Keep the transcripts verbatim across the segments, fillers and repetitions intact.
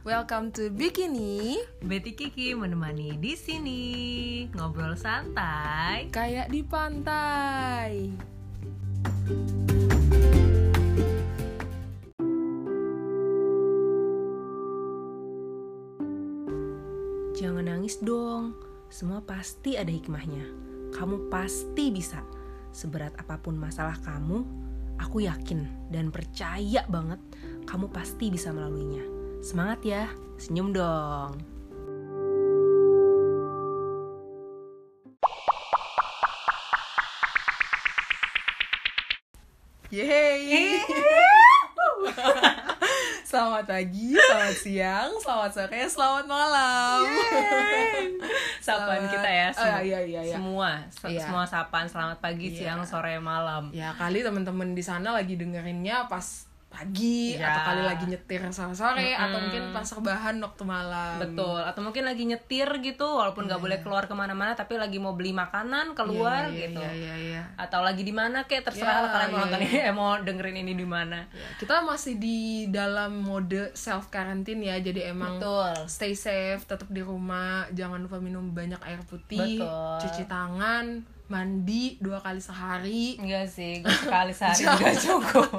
Welcome to Bikini. Betty Kiki menemani di sini ngobrol santai Kayak di pantai. Jangan nangis dong. Semua pasti ada hikmahnya. Kamu pasti bisa. Seberat apapun masalah kamu, aku yakin dan percaya banget kamu pasti bisa melaluinya. Semangat ya, senyum dong. Yeay. Selamat pagi, selamat siang, selamat sore, selamat malam. Sapaan kita ya, Oh, semua, iya, iya, iya. semua, se- Iya. semua sapaan. Selamat pagi, Iya. siang, sore, malam. Ya kali teman-teman di sana lagi dengerinnya pas pagi, Ya. atau kali lagi nyetir sore-sore, Mm-mm. atau mungkin pas rebahan waktu malam. Betul, atau mungkin lagi nyetir gitu, walaupun nggak boleh keluar kemana-mana, tapi lagi mau beli makanan keluar Iya, iya, gitu. Iya, iya, iya. Atau lagi di mana kayak terserah Ya, lah kalian mau iya, nonton iya. ini, eh, mau dengerin ini di mana. Ya, kita masih di dalam mode self quarantine ya, jadi emang Betul. stay safe, tetap di rumah, jangan lupa minum banyak air putih, Betul. cuci tangan, mandi dua kali sehari. Enggak sih, gue sekali sehari juga cukup.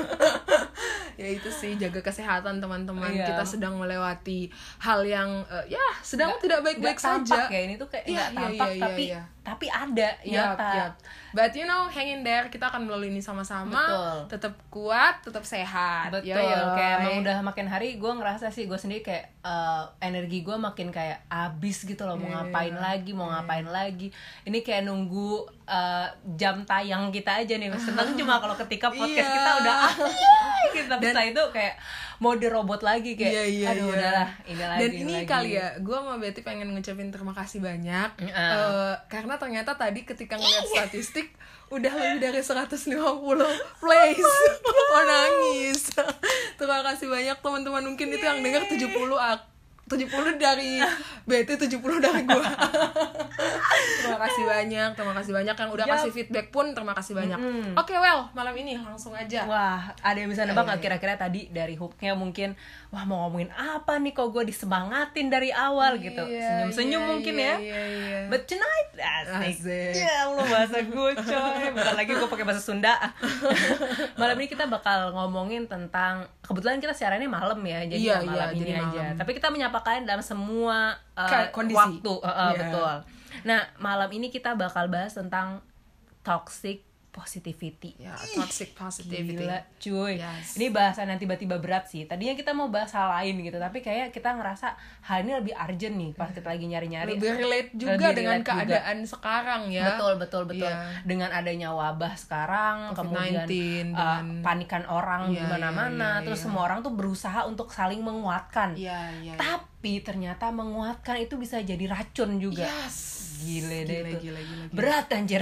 Ya itu sih, jaga kesehatan teman-teman. Iya. Kita sedang melewati hal yang eh, ya sedang Nggak- tidak baik-baik nggak tampak saja. ya, ini tuh kayak Iya, nggak iya, tampak iya, tapi iya. tapi ada Yup, nyata. yup. But you know, hang in there, kita akan melalui ini sama-sama. Betul. Tetap kuat, tetap sehat. Betul, Yoyoy. kayak emang udah makin hari gue ngerasa sih gue sendiri kayak eh, energi gue makin kayak abis gitu loh, mau Iya, ngapain iya. lagi, mau ngapain lagi. Ini kayak nunggu eh, jam tayang kita aja nih, sebenarnya cuma kalau ketika podcast Iya. kita udah ah, yeay, gitu. Tapi Dan- setelah itu kayak mode robot lagi kayak, Iya, iya, aduh iya. udahlah, ini lagi. Dan ini ini lagi. kali ya, gue sama Betty pengen ngucapin terima kasih banyak. Iya. Eh, karena ternyata tadi ketika ngeliat statistik udah lebih dari seratus lima puluh plays. Oh nangis. Terima kasih banyak teman-teman. Mungkin itu yang dengar tujuh puluh ak- tujuh puluh dari Betty, tujuh puluh dari gue. Terima kasih banyak, terima kasih banyak yang udah Yup. kasih feedback pun, terima kasih banyak. Mm-mm. Oke, well, malam ini langsung aja. Wah, ada yang bisa nebak Iya, nggak iya. kira-kira tadi dari hooknya mungkin, wah mau ngomongin apa nih kok gue disemangatin dari awal gitu. Iya, Senyum-senyum iya, mungkin iya, ya. iya, iya. But tonight, asik. Asik. Ya Allah, bahasa gue coy. Bentar lagi gue pakai bahasa Sunda. Malam ini kita bakal ngomongin tentang, kebetulan kita siarannya malam ya, jadi Iya, ya malam iya, ini jadi aja. malam. Tapi kita menyapa kalian dalam semua uh, Ka- kondisi. waktu, Uh, uh, Iya. betul. Nah, malam ini kita bakal bahas tentang toxic positivity. Ya, toxic positivity. Gila cuy. Yes. Ini bahasan yang tiba-tiba berat sih. Tadinya kita mau bahas hal lain gitu, tapi kayak kita ngerasa hal ini lebih urgent nih pas kita lagi nyari-nyari. Lebih relate juga Lebih dengan relate juga. keadaan sekarang ya. Betul, betul, betul. Iya. Dengan adanya wabah sekarang, covid kemudian sembilan belas, uh, dengan- panikan orang Iya, di mana-mana, iya, iya, terus iya. semua orang tuh berusaha untuk saling menguatkan. Iya, iya. Tapi ternyata menguatkan itu bisa jadi racun juga. Yes. Gile deh Gila, itu. gila, gila, gila. Berat anjir.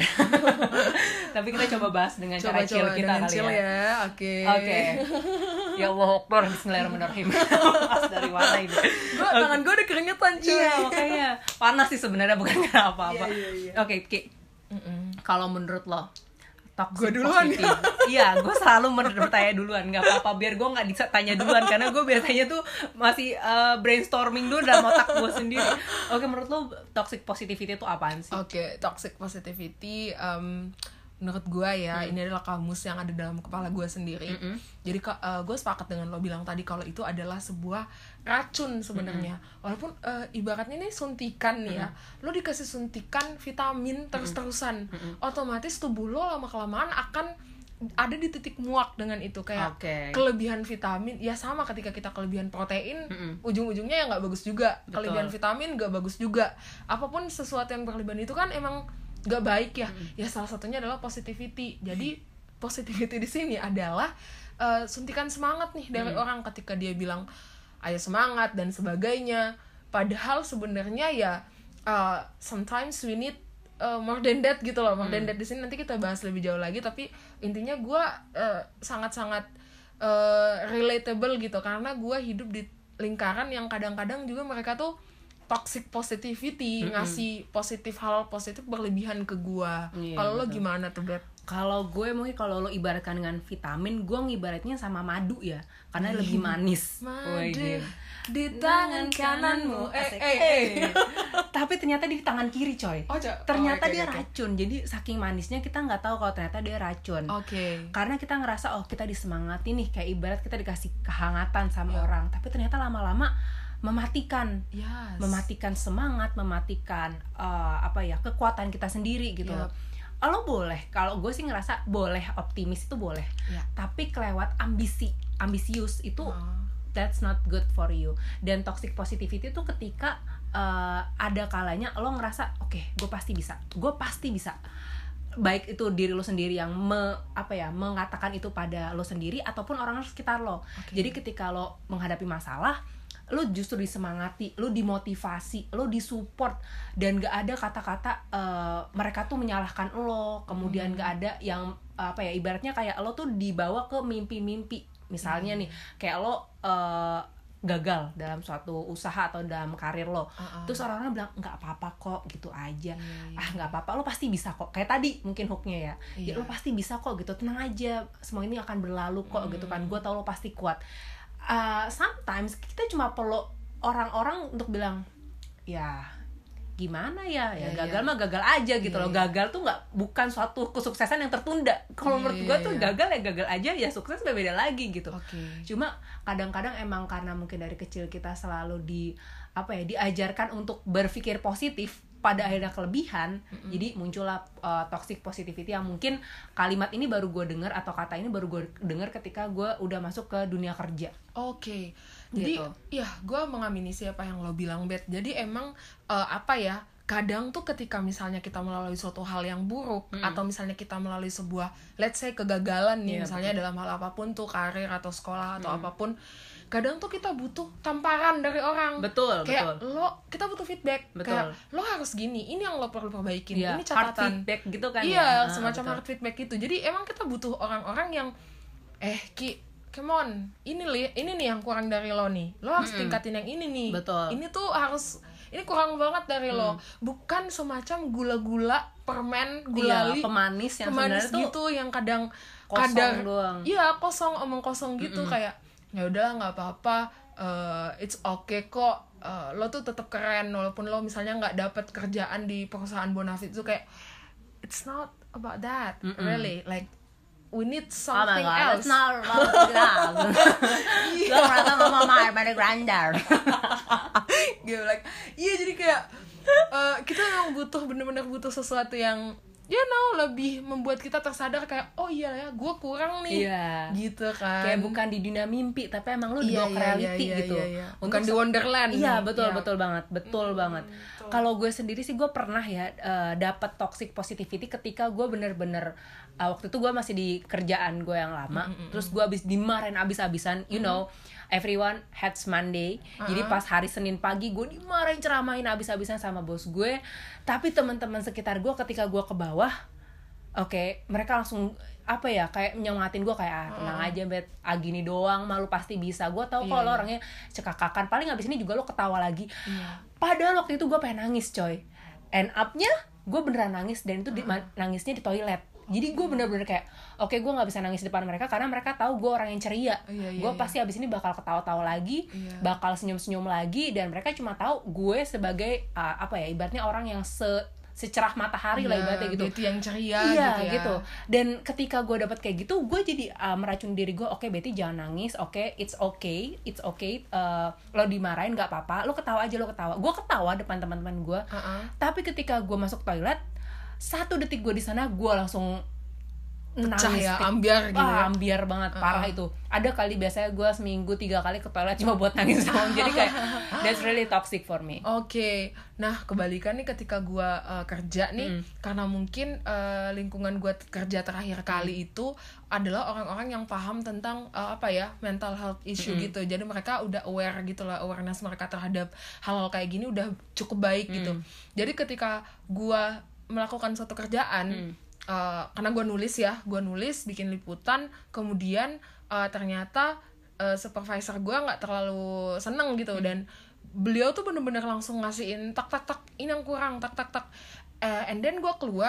Tapi kita coba bahas dengan cara chill Coba-coba kita dengan kali chill ya. ya. Oke. Oke. Ya Allah Akbar, bismillahirrahmanirrahim. Pas dari mana ini? Gua tangan gue udah keringetan cuy. Iya, makanya panas sih sebenarnya, bukan karena apa-apa. Iya, iya, iya. Oke, Ki. Kalau menurut lo toxic Gua duluan positive. Iya, gue selalu men- bertanya duluan, nggak apa-apa biar gue nggak ditanya duluan karena gue biasanya tuh masih uh, brainstorming dulu dalam otak gue sendiri. Oke, menurut lo toxic positivity itu apaan sih? Oke, toxic positivity um, menurut gue ya, Hmm. ini adalah kamus yang ada dalam kepala gue sendiri. Mm-mm. Jadi gue sepakat dengan lo bilang tadi kalau itu adalah sebuah racun sebenarnya. Walaupun uh, ibaratnya ini suntikan nih ya, lo dikasih suntikan vitamin terus-terusan, otomatis tubuh lo lama-kelamaan akan ada di titik muak dengan itu. Kayak Oke. kelebihan vitamin ya sama ketika kita kelebihan protein, Mm-mm. ujung-ujungnya ya nggak bagus juga. Betul. Kelebihan vitamin nggak bagus juga. Apapun sesuatu yang berlebihan itu kan emang nggak baik ya. Ya salah satunya adalah positivity. Jadi positivity di sini adalah uh, suntikan semangat nih dari orang ketika dia bilang ayo semangat dan sebagainya. Padahal sebenarnya ya uh, sometimes we need uh, more than that gitu loh. More than that di sini nanti kita bahas lebih jauh lagi. Tapi intinya gue uh, sangat-sangat uh, relatable gitu karena gue hidup di lingkaran yang kadang-kadang juga mereka tuh toxic positivity, Mm-mm. ngasih positif hal positif berlebihan ke gua. Iya, Kalau lo betul. gimana tuh, Bet? Kalau gue mungkin kalau lo ibaratkan dengan vitamin, gue ngibaratnya sama madu ya, karena lebih manis. Madu di tangan kananmu, eh Asik. eh eh. Tapi ternyata di tangan kiri coy. Oh, co- ternyata oh, oke, dia oke, oke. racun. Jadi saking manisnya kita nggak tahu kalau ternyata dia racun. Oke. Karena kita ngerasa oh kita disemangati nih, kayak ibarat kita dikasih kehangatan sama Ya. orang. Tapi ternyata lama-lama mematikan. Yes. mematikan semangat, mematikan uh, apa ya kekuatan kita sendiri gitu Yap. loh. Lo boleh, kalau gue sih ngerasa boleh optimis itu boleh, Ya. tapi kelewat ambisi, ambisius itu Oh. that's not good for you. Dan toxic positivity itu ketika uh, ada kalanya lo ngerasa oke, okay, gue pasti bisa, gue pasti bisa. Baik itu diri lo sendiri yang me, apa ya mengatakan itu pada lo sendiri ataupun orang sekitar lo. Oke. Jadi ketika lo menghadapi masalah, lo justru disemangati, lo dimotivasi, lo disupport, dan gak ada kata-kata uh, mereka tuh menyalahkan lo, kemudian Hmm. gak ada yang apa ya ibaratnya kayak lo tuh dibawa ke mimpi-mimpi. Misalnya Hmm. nih kayak lo uh, gagal dalam suatu usaha atau dalam karir lo, Uh-uh. terus orang-orang bilang nggak apa-apa kok gitu aja, Iya, iya. ah nggak apa-apa, lo pasti bisa kok, kayak tadi mungkin hooknya ya, ya Iya. lo pasti bisa kok gitu, tenang aja, semua ini akan berlalu kok Hmm. gitu kan, gue tau lo pasti kuat. Uh, sometimes kita cuma perlu orang-orang untuk bilang ya gimana ya, ya Iya, gagal iya. mah gagal aja gitu Iya, loh. iya. Gagal tuh nggak bukan suatu kesuksesan yang tertunda. Kalau Iya, menurut iya, gue tuh iya. gagal ya gagal aja, ya sukses beda lagi gitu. Oke. Cuma kadang-kadang emang karena mungkin dari kecil kita selalu di apa ya diajarkan untuk berpikir positif, pada akhirnya kelebihan, Mm-mm. jadi muncullah uh, toxic positivity yang mungkin kalimat ini baru gue dengar atau kata ini baru gue dengar ketika gue udah masuk ke dunia kerja. Oke, jadi Gitu. ya gue mengamini siapa yang lo bilang, Bet. Jadi emang eh, apa ya? Kadang tuh ketika misalnya kita melalui suatu hal yang buruk, Mm-mm. atau misalnya kita melalui sebuah let's say kegagalan nih, Iya, misalnya betul. dalam hal apapun tuh, karir atau sekolah atau Mm. apapun, kadang tuh kita butuh tamparan dari orang. Betul, Kayak betul. lo, kita butuh feedback. Betul. Kayak lo harus gini, ini yang lo perlu perbaikin, Iya, ini hard catatan. feedback gitu kan Iya, ya. Ah, semacam betul. hard feedback gitu. Jadi emang kita butuh orang-orang yang eh Ki, come on, ini li, ini nih yang kurang dari lo nih. Lo harus Mm-mm. tingkatin yang ini nih. Betul. Ini tuh harus, ini kurang banget dari lo. Bukan semacam gula-gula, permen, gulali, Iya, pemanis yang pemanis sebenarnya tuh gitu yang kadang kosong kadar doang. iya kosong, omong kosong gitu. Mm-mm. Kayak ya udah nggak apa-apa, eh, it's okay kok. Eh, lo tuh tetap keren walaupun lo misalnya nggak dapet kerjaan di perusahaan bonafit itu. Kayak it's not about that. Mm-mm. Really, like we need Oh my something god, else. that's not love. Lo merasa ngomong sama Armada Grandar. Gitu, like iya, jadi kayak eh, kita memang butuh, bener-bener butuh sesuatu yang you know lebih membuat kita tersadar kayak oh iya ya gue kurang nih. Iya. Gitu kan. Kayak bukan di dunia mimpi, tapi emang lu Iya, dibawa ke iya, reality iya, gitu. iya, iya. Untuk Bukan di se- Wonderland Iya, nih. betul, Iya. betul banget, betul Hmm, banget. betul. Kalau gue sendiri sih gue pernah ya uh, dapat toxic positivity ketika gue bener-bener uh, waktu itu gue masih di kerjaan gue yang lama, Mm, mm, mm, terus gue abis dimarahin abis-abisan, you know, everyone hates Monday. Jadi Uh-uh. pas hari Senin pagi gue dimarahin, ceramahin abis-abisan sama bos gue, tapi teman-teman sekitar gue ketika gue ke bawah, oke, mereka langsung apa ya kayak nyemangatin gue kayak ah, tenang aja Bet, ah gini doang, malu pasti bisa. Gue tau Iya, kalau lo iya. orangnya cekakakan, paling abis ini juga lo ketawa lagi. Iya. Padahal waktu itu gue pengen nangis coy. End up-nya gue beneran nangis, dan itu di, ma- nangisnya di toilet. Jadi gue bener-bener kayak oke, gue nggak bisa nangis di depan mereka karena mereka tahu gue orang yang ceria. Iya, iya, Gue iya. pasti abis ini bakal ketawa-tawa lagi, Iya. bakal senyum-senyum lagi, dan mereka cuma tahu gue sebagai uh, apa ya ibaratnya orang yang se secerah matahari lah Iya, ibaratnya gitu. Betty yang ceria Iya gitu ya. gitu. Dan ketika gue dapet kayak gitu, gue jadi uh, meracun diri gue. Oke Betty jangan nangis. Oke it's okay, it's okay. Uh, lo dimarahin nggak apa-apa. Lo ketawa aja, lo ketawa. Gue ketawa depan teman-teman gue. Uh-uh. Tapi ketika gue masuk toilet, satu detik gue di sana, gue langsung Pecah nangis. ya, ambiar gitu Ah, ya. ambiar banget, parah Uh-uh. itu. Ada kali biasanya gue seminggu tiga kali ke toilet cuma buat nangis doang. Jadi kayak that's really toxic for me. Oke, nah kebalikan nih ketika gue kerja nih, Mm. karena mungkin uh, lingkungan gue kerja terakhir kali itu adalah orang-orang yang paham tentang uh, apa ya mental health issue Mm-mm. gitu. Jadi mereka udah aware gitu lah, awareness mereka terhadap hal-hal kayak gini udah cukup baik gitu. Mm. Jadi ketika gue melakukan suatu kerjaan, Mm. uh, karena gue nulis ya, gue nulis bikin liputan, kemudian uh, ternyata uh, supervisor gue nggak terlalu seneng gitu, dan beliau tuh bener-bener langsung ngasihin tak tak tak ini yang kurang tak tak tak, uh, and then gue keluar,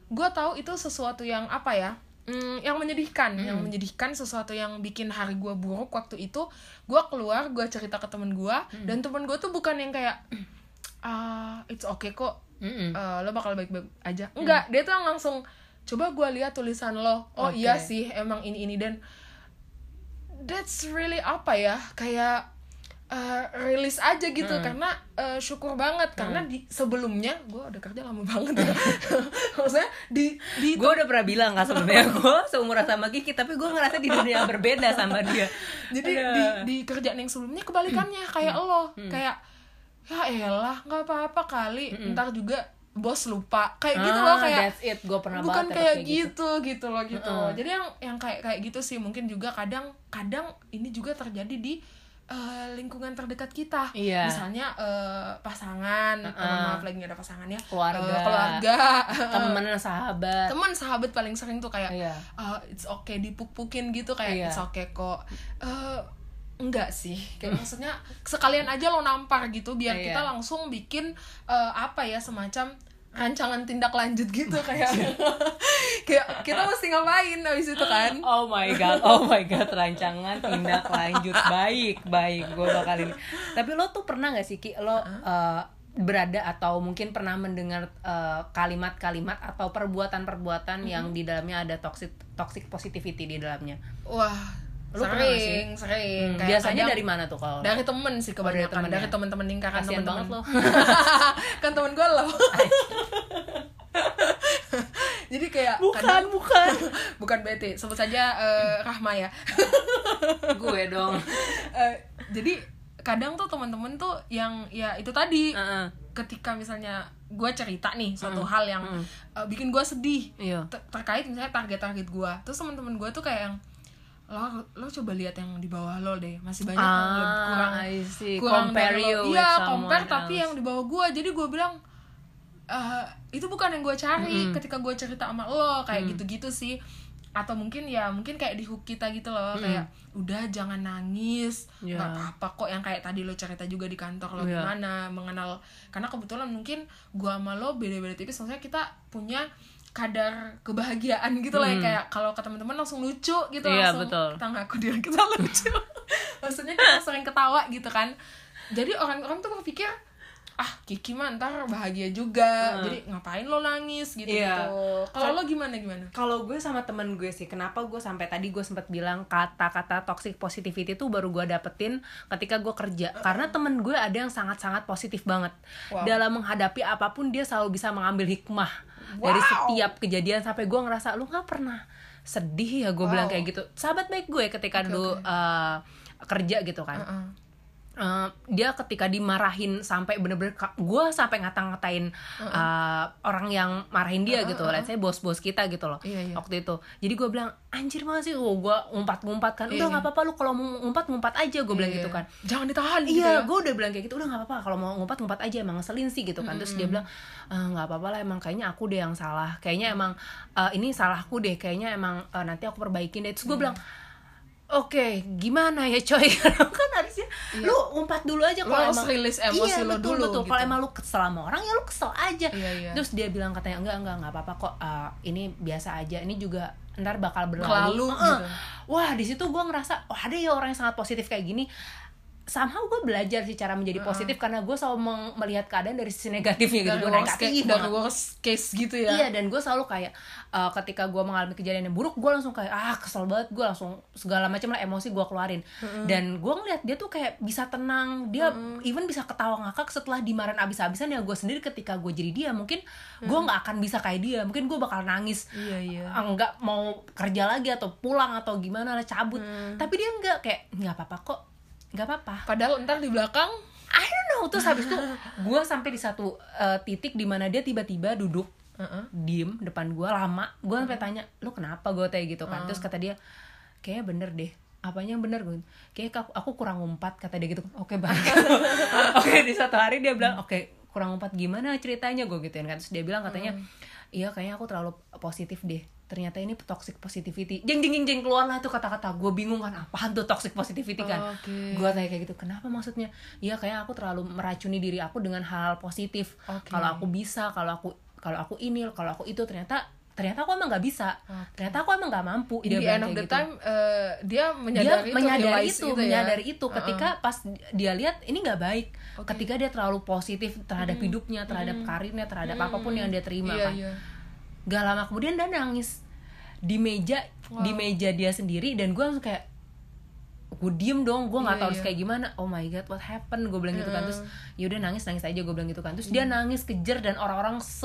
gue tahu itu sesuatu yang apa ya, mm, yang menyedihkan, mm. yang menyedihkan, sesuatu yang bikin hari gue buruk waktu itu. Gue keluar, gue cerita ke temen gue, mm. dan temen gue tuh bukan yang kayak ah it's okay kok, uh, lo bakal baik-baik aja, enggak, mm. dia tuh langsung coba gue lihat tulisan lo, oh okay. iya sih emang ini ini dan that's really apa ya, kayak uh, rilis aja gitu, hmm. karena uh, syukur banget, hmm. karena di sebelumnya gue udah kerja lama banget ya. Maksudnya di, di gue udah pernah bilang kan sebelumnya gue seumuran sama Kiki, tapi gue ngerasa di dunia yang berbeda sama dia. Jadi di, di kerjaan yang sebelumnya kebalikannya, kayak hmm. lo hmm. kayak ya elah nggak apa-apa kali, hmm. ntar juga bos lupa kayak ah, gitu loh, kayak that's it. Gua pernah bukan kayak, kayak gitu gitu gitu loh gitu. Uh-uh. Jadi yang yang kayak kayak gitu sih mungkin juga kadang kadang ini juga terjadi di uh, lingkungan terdekat kita. Iya. Misalnya uh, pasangan, uh-uh. uh, maaf lagi nggak ada pasangannya, keluarga, uh, keluarga, teman, sahabat, teman sahabat paling sering tuh kayak iya. uh, it's okay dipuk-pukin gitu, kayak iya. it's okay kok. Uh, enggak sih, kayak maksudnya sekalian aja lo nampar gitu biar yeah. kita langsung bikin uh, apa ya, semacam rancangan tindak lanjut gitu, kayak kayak kita mesti ngapain abis itu kan. Oh my god, oh my god, rancangan tindak lanjut, baik baik gue bakal ini. Tapi lo tuh pernah nggak sih Ki, lo uh-huh. uh, berada atau mungkin pernah mendengar uh, kalimat-kalimat atau perbuatan-perbuatan uh-huh. yang di dalamnya ada toxic toxic positivity di dalamnya? Wah, lu sering sering hmm, biasanya dari mana tuh kalau dari temen sih kebanyakan, oh, dari temen-temen lingkaran temen-temen lo. Kan temen gue lo. Jadi kayak bukan kadang, bukan bukan Betty, sebut saja uh, Rahma ya. Gue dong. Uh, jadi kadang tuh temen-temen tuh yang ya itu tadi, uh-uh. ketika misalnya gue cerita nih suatu uh-uh. hal yang uh-uh. uh, bikin gue sedih, iya. ter- terkait misalnya target-target gue, terus temen-temen gue tuh kayak yang lo lo coba lihat yang di bawah lo deh, masih banyak ah, yang lebih kurang kurang compare dari lo. Iya, compare tapi yang di bawah gue. Jadi gue bilang uh, itu bukan yang gue cari mm-hmm. ketika gue cerita sama lo kayak mm. gitu-gitu sih. Atau mungkin ya mungkin kayak di hook kita gitu loh, mm. kayak udah jangan nangis, yeah. nggak apa-apa kok, yang kayak tadi lo cerita juga di kantor lo yeah. gimana mengenal, karena kebetulan mungkin gue sama lo beda-beda tipis, maksudnya kita punya kadar kebahagiaan gitu lah, hmm. kayak kalau ke teman-teman langsung lucu gitu, iya, langsung betul. kita ngaku dia kita lucu. Maksudnya kita sering ketawa gitu kan. Jadi orang-orang tuh berpikir ah Kiki mah ntar bahagia juga, hmm. jadi ngapain lo nangis gitu iya. gitu. Kalau lo gimana gimana? Kalau gue sama temen gue sih, kenapa gue sampai tadi gue sempat bilang kata-kata toxic positivity itu baru gue dapetin ketika gue kerja, uh-uh. karena temen gue ada yang sangat-sangat positif banget. Wow. Dalam menghadapi apapun dia selalu bisa mengambil hikmah. Wow. Dari setiap kejadian, sampai gue ngerasa lu nggak pernah sedih ya, gue wow. bilang kayak gitu. Sahabat baik gue ketika okay, dulu okay. Uh, kerja gitu kan, uh-uh. Uh, dia ketika dimarahin sampai bener-bener gue sampai ngata-ngatain uh-uh. uh, orang yang marahin dia uh-uh. gitu, let's say bos-bos kita gitu loh, iya, iya. waktu itu. Jadi gue bilang anjir banget sih, oh, gue ngumpat-ngumpat kan, udah nggak iya. apa-apa lu kalau mau ngumpat-ngumpat aja, gue bilang iya. gitu kan, jangan ditahan gitu iya ya. Gue udah bilang kayak gitu, udah nggak apa-apa kalau mau ngumpat-ngumpat aja, emang ngeselin sih gitu kan. Mm-hmm. Terus dia bilang nggak apa-apa lah, emang kayaknya aku deh yang salah, kayaknya emang uh, ini salahku deh, kayaknya emang uh, nanti aku perbaikin deh. Terus gue mm. bilang oke, okay, gimana ya coy? Kan harusnya iya. lu ngumpat dulu aja kalau emang rilis emosi iya, lo betul, dulu betul. Gitu. Kalau emang lu kesel sama orang ya lu kesel aja. Iya, iya. Terus dia bilang katanya enggak enggak enggak apa-apa kok, uh, ini biasa aja, ini juga ntar bakal berlalu. Lalu, uh, gitu. Wah, di situ gue ngerasa oh ada ya orang yang sangat positif kayak gini. Somehow gue belajar sih cara menjadi positif, uh-huh. karena gue selalu meng- melihat keadaan dari sisi negatifnya gitu, gue negatif dari worst case gitu ya. Iya, dan gue selalu kayak uh, ketika gue mengalami kejadian yang buruk, gue langsung kayak ah kesel banget, gue langsung segala macam lah emosi gue keluarin. Uh-huh. Dan gue ngeliat dia tuh kayak bisa tenang, dia uh-huh. even bisa ketawa ngakak setelah dimarahin abis-abisan. Ya gue sendiri ketika gue jadi dia mungkin gue nggak uh-huh. akan bisa kayak dia, mungkin gue bakal nangis, iya, iya. nggak mau kerja lagi atau pulang atau gimana lah, cabut. Uh-huh. Tapi dia nggak, kayak nggak apa-apa kok, nggak apa-apa. Padahal ntar di belakang I don't know. Terus habis itu gue sampai di satu uh, titik di mana dia tiba-tiba duduk uh-uh. diem depan gue lama. Gue sampai uh-huh. tanya lu kenapa, gue tanya gitu kan. Uh-huh. Terus kata dia kayaknya bener deh. Apanya yang bener? Gue kayaknya aku kurang ngumpat, kata dia gitu. Oke banget. Oke, di satu hari dia bilang oke okay, kurang ngumpat gimana ceritanya, gue gituin kan. Terus dia bilang katanya iya kayaknya aku terlalu positif deh, ternyata ini toxic positivity. Jeng jeng jeng jeng keluar lah itu kata-kata. Gue bingung kan apaan tuh toxic positivity kan. Okay. Gue tanya kayak gitu, kenapa maksudnya? Iya kayaknya aku terlalu meracuni diri aku dengan hal positif. Okay. Kalau aku bisa, kalau aku kalau aku ini, kalau aku itu, ternyata ternyata aku emang nggak bisa, okay. ternyata aku emang nggak mampu. Di end of the gitu. time uh, dia menyadari dia itu, menyadari itu, itu menyadari ya? itu ketika uh-uh. pas dia lihat ini nggak baik, okay. ketika dia terlalu positif terhadap mm. hidupnya, terhadap mm. karirnya, terhadap mm. apapun yang dia terima yeah, kan. Yeah. Gak lama kemudian dia nangis di meja wow. di meja dia sendiri, dan gue langsung kayak gue diem dong, gue nggak yeah, tahu harus yeah. kayak gimana. Oh my god, what happened, gue bilang uh. gitu kan. Terus ya udah nangis nangis aja, gue bilang gitu kan. Terus mm. dia nangis kejer, dan orang-orang se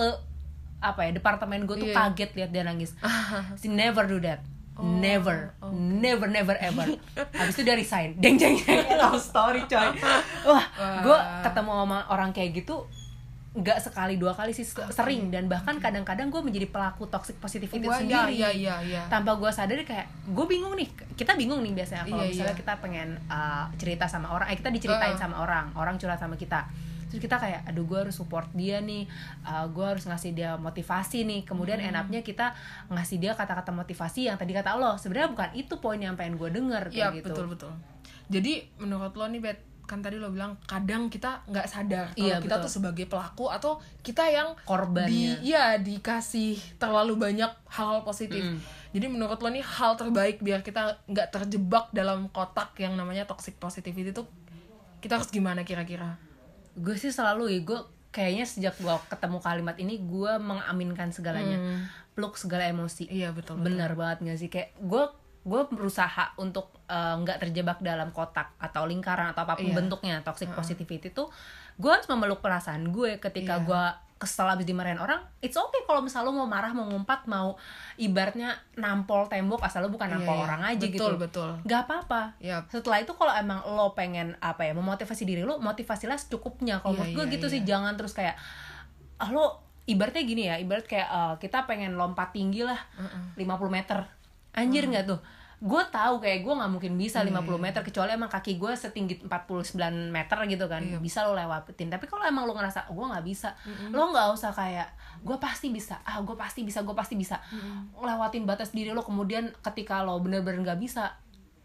apa ya departemen gue tuh yeah. kaget lihat dia nangis. She never do that, oh, never, okay. never, never ever. Habis itu dia resign, deng deng deng, love story coy. Wah, gue ketemu sama orang kayak gitu nggak sekali dua kali sih, sering, dan bahkan kadang-kadang gue menjadi pelaku toxic positivity Wah, sendiri iya, iya, iya. tanpa gue sadar. Kayak gue bingung nih, kita bingung nih biasanya kalau iya, misalnya iya. kita pengen uh, cerita sama orang, eh kita diceritain uh. sama orang, orang curhat sama kita, terus kita kayak aduh gue harus support dia nih, uh, gue harus ngasih dia motivasi nih, kemudian hmm. enaknya kita ngasih dia kata-kata motivasi yang tadi kata lo sebenarnya bukan itu poin yang pengen gue denger kayak ya, gitu. Betul betul. Jadi menurut lo nih Bet, kan tadi lo bilang kadang kita nggak sadar kalau iya, kita betul. tuh sebagai pelaku atau kita yang korbannya, di, ya dikasih terlalu banyak hal-hal positif. Mm. Jadi menurut lo nih hal terbaik biar kita nggak terjebak dalam kotak yang namanya toxic positivity itu kita harus gimana kira-kira? Gue sih selalu ya, gue kayaknya sejak gue ketemu kalimat ini gue mengaminkan segalanya, mm. peluk segala emosi. Iya betul. Benar betul. banget nggak sih, kayak gue gue berusaha untuk nggak uh, terjebak dalam kotak atau lingkaran atau apapun yeah. bentuknya toxic uh-uh. positivity itu. Gue harus memeluk perasaan gue ketika yeah. gue kesel abis dimarahin orang. It's okay kalau misalnya lo mau marah, mau ngumpat, mau ibaratnya nampol tembok asal lo bukan nampol yeah, orang aja betul, gitu, betul. Gak apa-apa. Yep. Setelah itu kalau emang lo pengen apa ya memotivasi diri lo, motivasilah secukupnya. Kalau yeah, menurut gue yeah, gitu yeah. sih, jangan terus kayak ah, lo ibaratnya gini ya, ibarat kayak uh, kita pengen lompat tinggi lah uh-uh. lima puluh meter. Anjir nggak uh. tuh? Gue tahu kayak gue nggak mungkin bisa yeah, lima puluh meter yeah. kecuali emang kaki gue setinggi empat puluh sembilan meter gitu kan, yeah. bisa lo lewatin. Tapi kalau emang lo ngerasa oh, gue nggak bisa, mm-hmm. lo nggak usah kayak gue pasti bisa, ah gue pasti bisa, gue pasti bisa, mm-hmm. lewatin batas diri lo. Kemudian ketika lo bener-bener nggak bisa,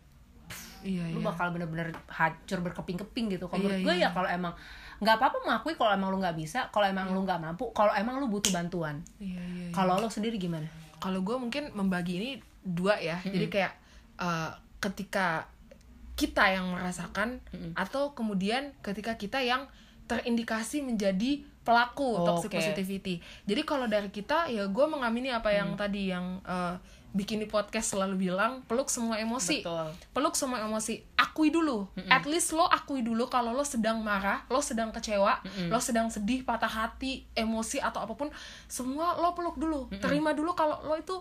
pff, yeah, lo yeah. bakal bener-bener hancur berkeping-keping gitu. Kalau yeah, menurut gue yeah. ya kalau emang nggak apa-apa mengakui kalau emang lo nggak bisa, kalau emang yeah. lo nggak mampu, kalau emang lo butuh bantuan. Yeah, yeah, yeah. Kalau lo sendiri gimana? Kalau gue mungkin membagi ini dua ya, mm-hmm. jadi kayak uh, ketika kita yang merasakan mm-hmm. atau kemudian ketika kita yang terindikasi menjadi pelaku oh, toxic okay. positivity. Jadi kalau dari kita ya gue mengamini apa yang mm. tadi yang uh, bikin di podcast selalu bilang, peluk semua emosi. Betul. Peluk semua emosi, akui dulu. Mm-mm. At least lo akui dulu kalau lo sedang marah, lo sedang kecewa, Mm-mm. lo sedang sedih, patah hati, emosi atau apapun, semua lo peluk dulu. Mm-mm. Terima dulu kalau lo itu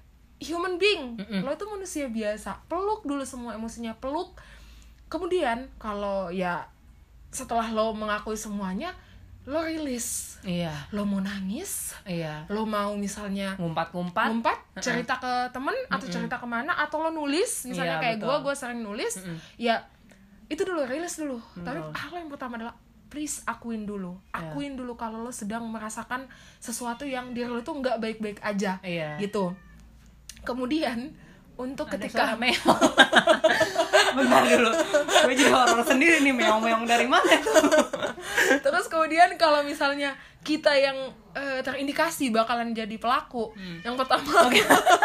human being. Mm-mm. Lo itu manusia biasa. Peluk dulu semua emosinya, peluk. Kemudian kalau ya setelah lo mengakui semuanya, lo rilis. Iya. Lo mau nangis, iya. Lo mau misalnya ngumpat-ngumpat, ngumpat, cerita ke temen Mm-mm. atau cerita kemana, atau lo nulis, misalnya iya, kayak gue, gue sering nulis, Mm-mm. ya itu dulu, rilis dulu. Betul. Tapi hal yang pertama adalah please akuin dulu, akuin yeah. dulu kalau lo sedang merasakan sesuatu yang diri lo tuh nggak baik-baik aja, yeah. gitu. Kemudian untuk ada ketika meong, bentar dulu, gue jadi horor sendiri nih, meong-meong dari mana tuh? Terus kemudian kalau misalnya kita yang uh, terindikasi bakalan jadi pelaku, hmm. yang pertama, okay.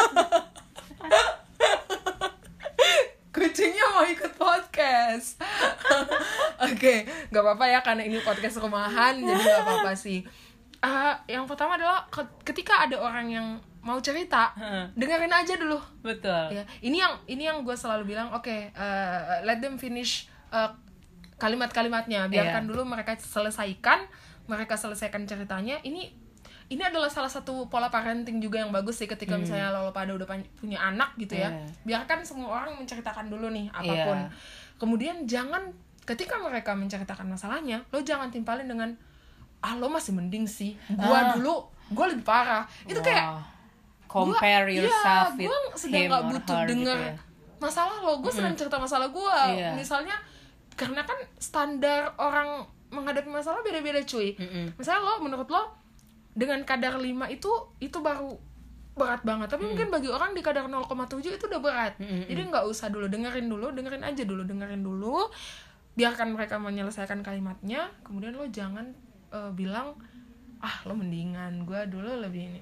kucingnya mau ikut podcast. Oke, okay, nggak apa-apa ya karena ini podcast rumahan, jadi nggak apa-apa sih. Uh, yang pertama adalah ketika ada orang yang mau cerita, hmm. dengerin aja dulu. Betul. Ya, ini yang ini yang gue selalu bilang, oke, okay, uh, let them finish uh, kalimat-kalimatnya, biarkan yeah. dulu mereka selesaikan, mereka selesaikan ceritanya. Ini ini adalah salah satu pola parenting juga yang bagus sih ketika hmm. misalnya lo pada udah punya anak gitu ya. Yeah. Biarkan semua orang menceritakan dulu nih apapun. Yeah. Kemudian jangan ketika mereka menceritakan masalahnya, lo jangan timpalin dengan ah lo masih mending sih, gua ah. dulu gua lebih parah. Itu wow. kayak compare gua, yourself ya, with gue sedang gak butuh denger gitu ya. Masalah lo, gue sedang cerita masalah gue. Yeah. Misalnya karena kan standar orang menghadapi masalah beda-beda cuy. Mm-mm. Misalnya lo, menurut lo dengan kadar lima itu itu baru berat banget, tapi mm. mungkin bagi orang di kadar nol koma tujuh itu udah berat. Mm-mm. Jadi gak usah dulu, dengerin dulu, dengerin aja dulu, dengerin dulu, biarkan mereka menyelesaikan kalimatnya. Kemudian lo jangan uh, bilang ah lo mendingan, gue dulu lebih ini, ini.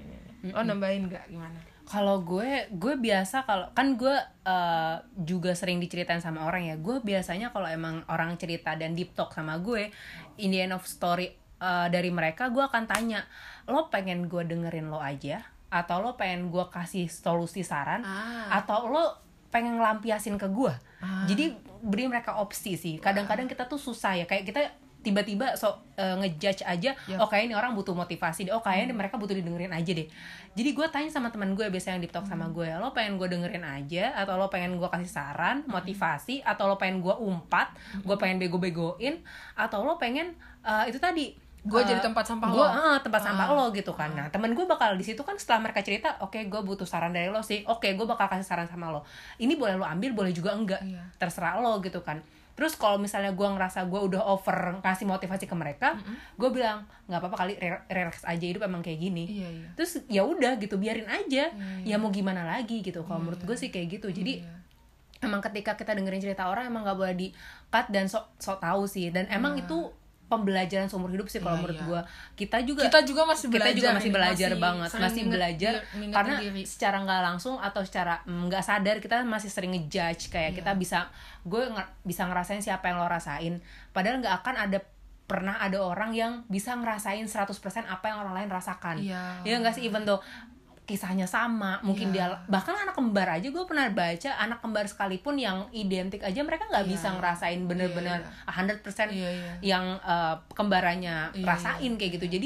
Lo nambahin nggak gimana? Kalau gue, gue biasa kalau kan gue uh, juga sering diceritain sama orang ya. Gue biasanya kalau emang orang cerita dan deep talk sama gue, in the end of story uh, dari mereka, gue akan tanya, lo pengen gue dengerin lo aja, atau lo pengen gue kasih solusi saran, ah. atau lo pengen ngelampiasin ke gue. Ah. Jadi beri mereka opsi sih. Kadang-kadang kita tuh susah ya, kayak kita tiba-tiba so uh, ngejudge aja, yep. oh kayaknya ini orang butuh motivasi deh, oh kayaknya hmm. mereka butuh didengerin aja deh. Jadi gue tanya sama teman gue biasanya yang deep talk hmm. sama gue, lo pengen gue dengerin aja, atau lo pengen gue kasih saran, motivasi, hmm. atau lo pengen gue umpat, hmm. gue pengen bego-begoin, atau lo pengen uh, itu tadi gue uh, jadi tempat sampah gua, lo, uh, tempat ah. sampah lo gitu kan. Nah temen gue bakal di situ kan setelah mereka cerita, oke okay, gue butuh saran dari lo sih, oke okay, gue bakal kasih saran sama lo. Ini boleh lo ambil, boleh juga enggak, yeah. terserah lo gitu kan. Terus kalau misalnya gue ngerasa gue udah over kasih motivasi ke mereka, mm-hmm. gue bilang nggak apa-apa kali, relax aja, hidup emang kayak gini. Iya, iya. Terus ya udah gitu, biarin aja. Iya, iya. Ya mau gimana lagi gitu. Kalau iya, menurut gue sih kayak gitu. Jadi iya. emang ketika kita dengerin cerita orang emang nggak boleh di cut dan sok sok tahu sih. Dan emang iya. itu pembelajaran seumur hidup sih kalau yeah, menurut yeah. gue. Kita juga kita juga masih belajar, kita juga masih belajar masih banget, masih inget, belajar inget karena diri. Secara nggak langsung atau secara nggak mm, sadar kita masih sering ngejudge kayak yeah. kita bisa gue nger- bisa ngerasain siapa yang lo rasain, padahal nggak akan ada pernah ada orang yang bisa ngerasain seratus persen apa yang orang lain rasakan. Yeah. Ya nggak sih, even though kisahnya sama, mungkin yeah. dia bahkan anak kembar aja gue pernah baca, anak kembar sekalipun yang identik aja mereka nggak yeah. bisa ngerasain bener-bener yeah, yeah. one hundred percent yeah, yeah. yang uh, kembarannya yeah, rasain yeah. kayak gitu. Jadi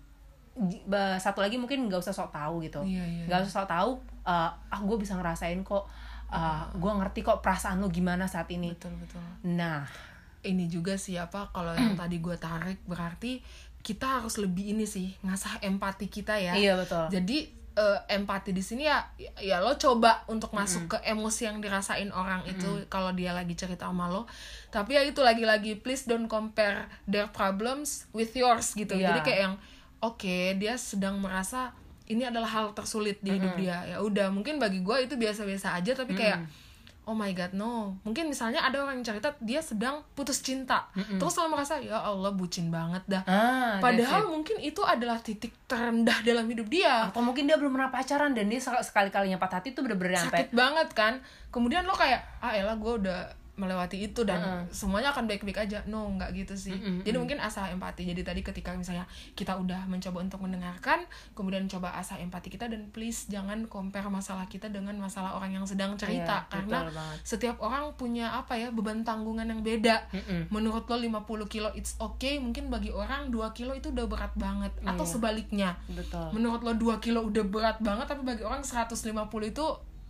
uh, satu lagi mungkin nggak usah sok tahu gitu, nggak yeah, yeah. usah sok tahu. Uh, ah gue bisa ngerasain kok, uh, gue ngerti kok perasaan lo gimana saat ini. Betul betul. Nah ini juga siapa kalau yang tadi gue tarik berarti kita harus lebih ini sih ngasah empati kita ya. Iya betul. Jadi Uh, empati di sini ya ya lo coba untuk masuk mm-hmm. ke emosi yang dirasain orang itu mm-hmm. kalau dia lagi cerita sama lo, tapi ya itu lagi-lagi please don't compare their problems with yours gitu. Yeah. Jadi kayak yang oke okay, dia sedang merasa ini adalah hal tersulit di hidup mm-hmm. dia, ya udah mungkin bagi gue itu biasa-biasa aja, tapi kayak mm-hmm. oh my god no, mungkin misalnya ada orang yang cerita dia sedang putus cinta, mm-mm. terus lo merasa ya Allah bucin banget dah, ah, padahal mungkin itu adalah titik terendah dalam hidup dia, atau mungkin dia belum pernah pacaran dan dia sekali-kalinya patah hati itu bener-bener sakit sampai banget kan, kemudian lo kayak ah elah gue udah melewati itu dan uh-uh. semuanya akan baik-baik aja. No, nggak gitu sih. Mm-mm. Jadi mungkin asah empati. Jadi tadi ketika misalnya kita udah mencoba untuk mendengarkan, kemudian coba asah empati kita, dan please jangan compare masalah kita dengan masalah orang yang sedang cerita, yeah, karena setiap orang punya apa ya beban tanggungan yang beda. Mm-mm. Menurut lo lima puluh kilo it's okay, mungkin bagi orang dua kilo itu udah berat banget, yeah. atau sebaliknya. Betul. Menurut lo dua kilo udah berat banget, tapi bagi orang seratus lima puluh itu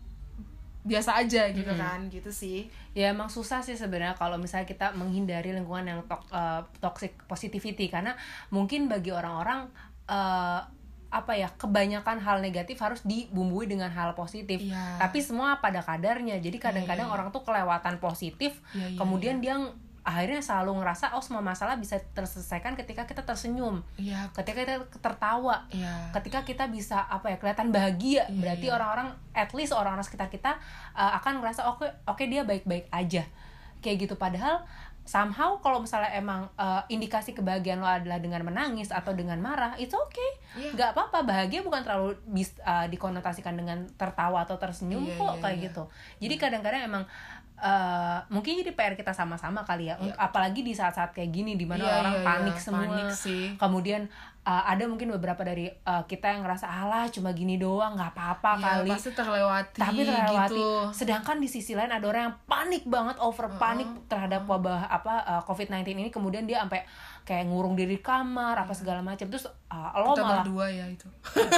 biasa aja gitu mm-hmm. kan, gitu sih. Ya emang susah sih sebenarnya kalau misalnya kita menghindari lingkungan yang to- uh, toxic positivity, karena mungkin bagi orang-orang uh, apa ya kebanyakan hal negatif harus dibumbui dengan hal positif, yeah. tapi semua pada kadarnya. Jadi kadang-kadang yeah, yeah, yeah. orang tuh kelewatan positif, yeah, yeah, kemudian yeah. dia akhirnya selalu ngerasa oh semua masalah bisa terselesaikan ketika kita tersenyum, yeah. ketika kita tertawa, yeah. ketika kita bisa apa ya kelihatan bahagia, yeah, berarti yeah. orang-orang at least orang-orang sekitar kita uh, akan ngerasa oke okay, oke okay, dia baik-baik aja kayak gitu. Padahal somehow kalau misalnya emang uh, indikasi kebahagiaan lo adalah dengan menangis atau dengan marah, itu oke, okay. yeah. nggak apa-apa. Bahagia bukan terlalu bis, uh, dikonotasikan dengan tertawa atau tersenyum, yeah, kok yeah, kayak yeah. gitu. Jadi yeah. kadang-kadang emang Uh, mungkin jadi P R kita sama-sama kali ya, yeah. apalagi di saat-saat kayak gini dimana yeah, orang yeah, panik yeah. semua, panik sih. Kemudian uh, ada mungkin beberapa dari uh, kita yang ngerasa alah cuma gini doang nggak apa-apa yeah, kali, pasti terlewati, tapi terlewati. Gitu. Sedangkan di sisi lain ada orang yang panik banget, over panik uh-uh. terhadap wabah apa uh, covid sembilan belas ini, kemudian dia sampai kayak ngurung diri di kamar apa segala macam. Terus uh, lo kita malah berdua ya itu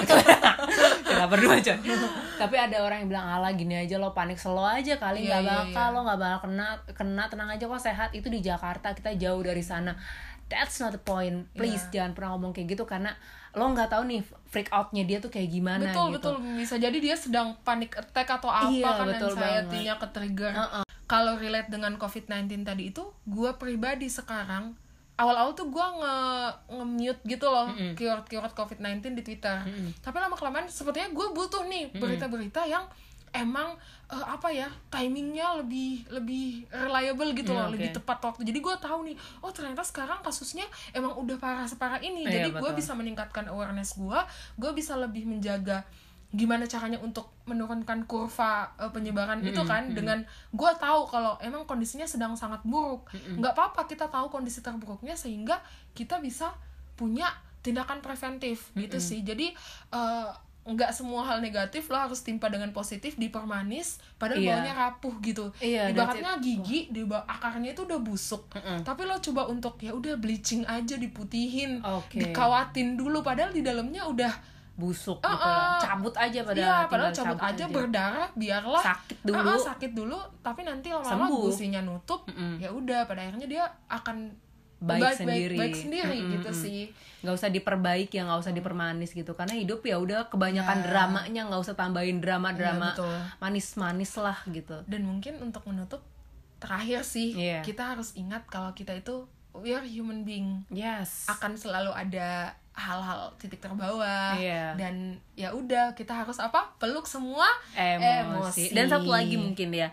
kita berdua aja. Tapi ada orang yang bilang alah gini aja lo panik slow aja kali, nggak yeah, bakal yeah, yeah. lo nggak bakal kena kena tenang aja kok, sehat. Itu di Jakarta, kita jauh dari sana. That's not the point. Please yeah. jangan pernah ngomong kayak gitu, karena lo nggak tahu nih freak outnya dia tuh kayak gimana. Betul gitu. betul bisa jadi dia sedang panic attack atau apa, iya, kan anxiety-nya ke-trigger. Uh-uh. Kalau relate dengan covid sembilan belas tadi itu, gue pribadi sekarang awal-awal tuh gue nge nge-mute gitu loh mm-hmm. keyword-keyword covid sembilan belas di Twitter. Mm-hmm. Tapi lama-kelamaan sepertinya gue butuh nih berita-berita yang emang uh, apa ya timingnya lebih lebih reliable gitu loh, hmm, okay. lebih tepat waktu. Jadi gue tahu nih, oh ternyata sekarang kasusnya emang udah parah separah ini. Iya, jadi gue bisa meningkatkan awareness gue, gue bisa lebih menjaga gimana caranya untuk menurunkan kurva uh, penyebaran mm-hmm, itu kan mm-hmm. dengan gue tahu kalau emang kondisinya sedang sangat buruk. Mm-hmm. Nggak apa-apa kita tahu kondisi terburuknya sehingga kita bisa punya tindakan preventif mm-hmm. gitu sih. Jadi uh, nggak semua hal negatif lo harus timpa dengan positif, dipermanis padahal yeah. bawahnya rapuh gitu. Yeah, ibaratnya gigi di bawah akarnya itu udah busuk, mm-mm. tapi lo coba untuk ya udah bleaching aja, diputihin, okay. dikawatin dulu padahal di dalamnya udah busuk uh, gitu lah. Cabut aja padahal. Iya, padahal cabut, cabut aja, aja berdarah, biarlah sakit dulu. Uh, uh, sakit dulu, tapi nanti lama-lama gusinya nutup, mm-mm. ya udah pada akhirnya dia akan baik, baik sendiri, baik, baik sendiri mm-hmm. gitu sih. Nggak usah diperbaiki ya, nggak usah dipermanis gitu, karena hidup ya udah kebanyakan yeah. dramanya, nggak usah tambahin drama-drama yeah, manis-manis lah gitu. Dan mungkin untuk menutup terakhir sih yeah. kita harus ingat kalau kita itu we are human being. Yes. Akan selalu ada hal-hal titik terbawah yeah. dan ya udah kita harus apa? Peluk semua emosi. emosi. Dan satu lagi mungkin ya.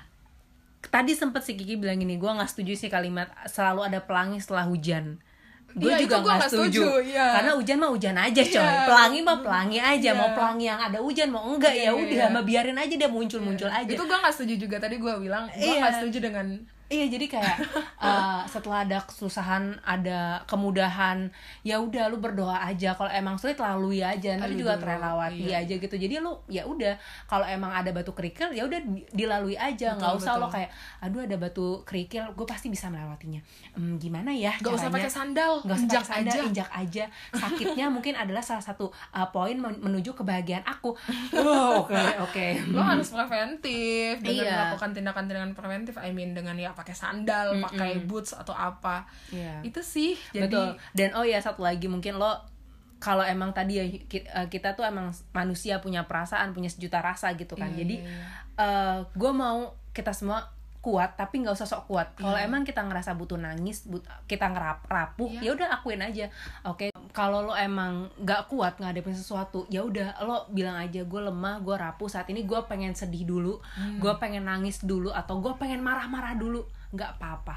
Tadi sempet si Kiki bilang gini, gue nggak setuju sih kalimat selalu ada pelangi setelah hujan. Gue ya, juga nggak setuju, setuju ya. Karena hujan mah hujan aja coy, ya. Pelangi mah pelangi aja, ya. Mau pelangi yang ada hujan mau enggak ya, ya udah, ya. Mah biarin aja dia muncul-muncul ya. Aja. Itu gue nggak setuju juga, tadi gue bilang gue nggak ya. setuju dengan iya, jadi kayak uh, setelah ada kesusahan, ada kemudahan, ya udah lu berdoa aja. Kalau emang sulit lalui aja, nanti juga terlewati iya. aja gitu. Jadi lu ya udah, kalau emang ada batu kerikil ya udah dilalui aja, nggak usah betul. Lo kayak aduh ada batu kerikil, gue pasti bisa melewatinya. Hmm, gimana ya? Gak usah pakai sandal, nggak usah injak pakai sandal, aja. injak aja. Sakitnya mungkin adalah salah satu uh, poin menuju kebahagiaan aku. Oh, oke okay, oke. Okay. Lo harus preventif dengan iya. melakukan tindakan-tindakan preventif. I mean dengan ya pakai sandal, mm-mm. pakai boots atau apa, yeah. itu sih. Jadi betul. Dan oh ya satu lagi mungkin lo kalau emang tadi ya kita tuh emang manusia punya perasaan, punya sejuta rasa gitu kan. Yeah, jadi yeah. uh, gue mau kita semua kuat tapi nggak usah sok kuat. Kalau yeah. emang kita ngerasa butuh nangis, but, kita ngerap rapuh, yeah. ya udah akuin aja. Oke, okay? Kalau lo emang nggak kuat ngadepin sesuatu, ya udah lo bilang aja gue lemah, gue rapuh saat ini, gue pengen sedih dulu, hmm. gue pengen nangis dulu, atau gue pengen marah-marah dulu, nggak apa-apa.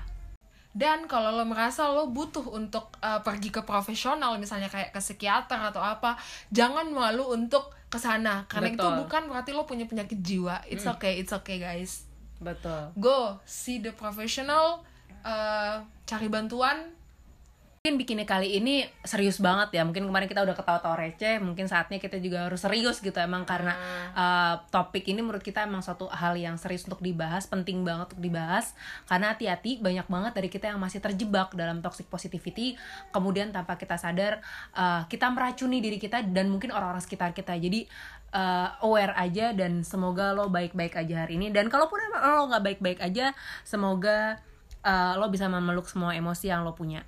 Dan kalau lo merasa lo butuh untuk uh, pergi ke profesional, misalnya kayak ke psikiater atau apa, jangan malu untuk kesana, karena betul. Itu bukan berarti lo punya penyakit jiwa. It's hmm. okay, it's okay guys. Betul. Go see the professional, uh, cari bantuan. Mungkin bikinnya kali ini serius banget ya. Mungkin kemarin kita udah ketawa-tawa receh, mungkin saatnya kita juga harus serius gitu emang, karena uh, topik ini menurut kita emang suatu hal yang serius untuk dibahas, penting banget untuk dibahas. Karena hati-hati banyak banget dari kita yang masih terjebak dalam toxic positivity, kemudian tanpa kita sadar uh, kita meracuni diri kita dan mungkin orang-orang sekitar kita. Jadi uh, aware aja, dan semoga lo baik-baik aja hari ini. Dan kalaupun emang lo gak baik-baik aja, semoga uh, lo bisa memeluk semua emosi yang lo punya.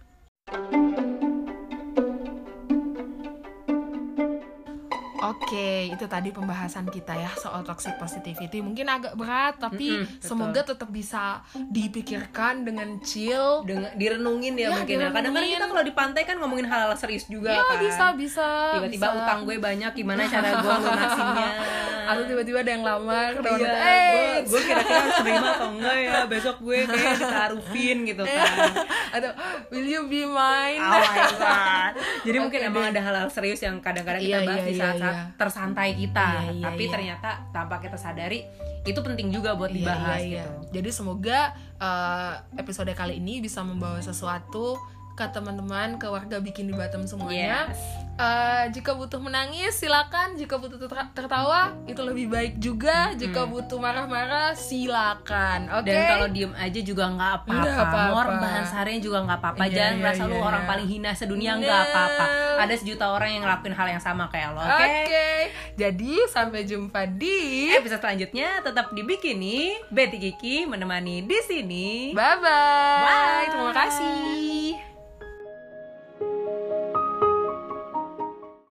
Oke, itu tadi pembahasan kita ya soal toxic positivity. Mungkin agak berat, tapi mm-hmm, semoga tetap bisa dipikirkan dengan chill, dengan direnungin ya, ya mungkin. Direnungin. Kadang-kadang kita kalau di pantai kan ngomongin hal-hal serius juga ya, kan. bisa bisa. Tiba-tiba bisa. Utang gue banyak, gimana cara gue lunasinnya? Atau tiba-tiba ada yang lamar, iya, eh, gue kira-kira harus terima atau enggak ya? Besok gue kayak ditaruhin gitu kan. Atau will you be mine? Oh my god. Jadi okay, mungkin deh. Emang ada hal-hal serius yang kadang-kadang kita iya, bahas iya, di saat-saat iya. tersantai kita, iya, iya, tapi iya. ternyata tanpa kita sadari itu penting juga buat dibahas iya, iya, gitu. Iya. Jadi semoga uh, episode kali ini bisa membawa sesuatu ke teman-teman, ke warga Bikin di Batam semuanya. Yes. Uh, jika butuh menangis silakan, jika butuh ter- tertawa itu lebih baik juga. Mm-hmm. Jika butuh marah-marah silakan. Oke. Okay? Dan kalau diem aja juga nggak apa-apa. Mau rebahan seharian juga nggak apa-apa. Iya, Jangan iya, merasa iya, lu iya. orang paling hina sedunia, nggak Nah. apa-apa. Ada sejuta orang yang ngelakuin hal yang sama kayak lo. Oke. Okay? Okay. Jadi sampai jumpa di episode selanjutnya. Tetap di Bikini. Betty Kiki menemani di sini. Bye bye. Bye. Terima kasih.